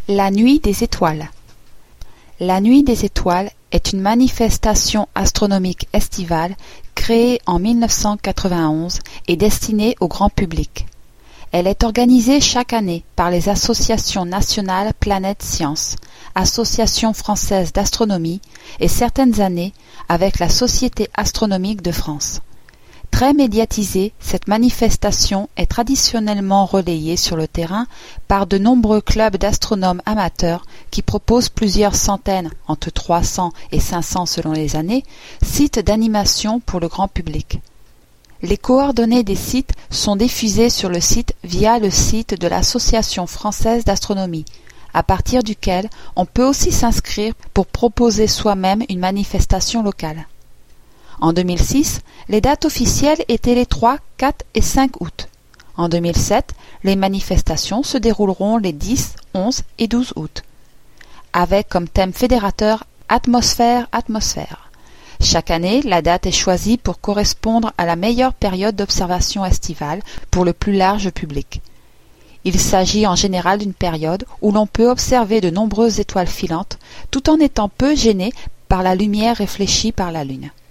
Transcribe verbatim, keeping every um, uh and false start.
La Nuit des étoiles. La Nuit des étoiles est une manifestation astronomique estivale créée en mille neuf cent quatre-vingt-onze et destinée au grand public. Elle est organisée chaque année par les associations nationales Planète Science, Association française d'astronomie et certaines années avec la Société astronomique de France. Très médiatisée, cette manifestation est traditionnellement relayée sur le terrain par de nombreux clubs d'astronomes amateurs qui proposent plusieurs centaines, entre trois cents et cinq cents selon les années, sites d'animation pour le grand public. Les coordonnées des sites sont diffusées sur le site via le site de l'Association française d'astronomie, à partir duquel on peut aussi s'inscrire pour proposer soi-même une manifestation locale. En deux mille six, les dates officielles étaient les trois, quatre et cinq août. En deux mille sept, les manifestations se dérouleront les dix, onze et douze août, avec comme thème fédérateur Atmosphère, atmosphère. Chaque année, la date est choisie pour correspondre à la meilleure période d'observation estivale pour le plus large public. Il s'agit en général d'une période où l'on peut observer de nombreuses étoiles filantes tout en étant peu gêné par la lumière réfléchie par la Lune.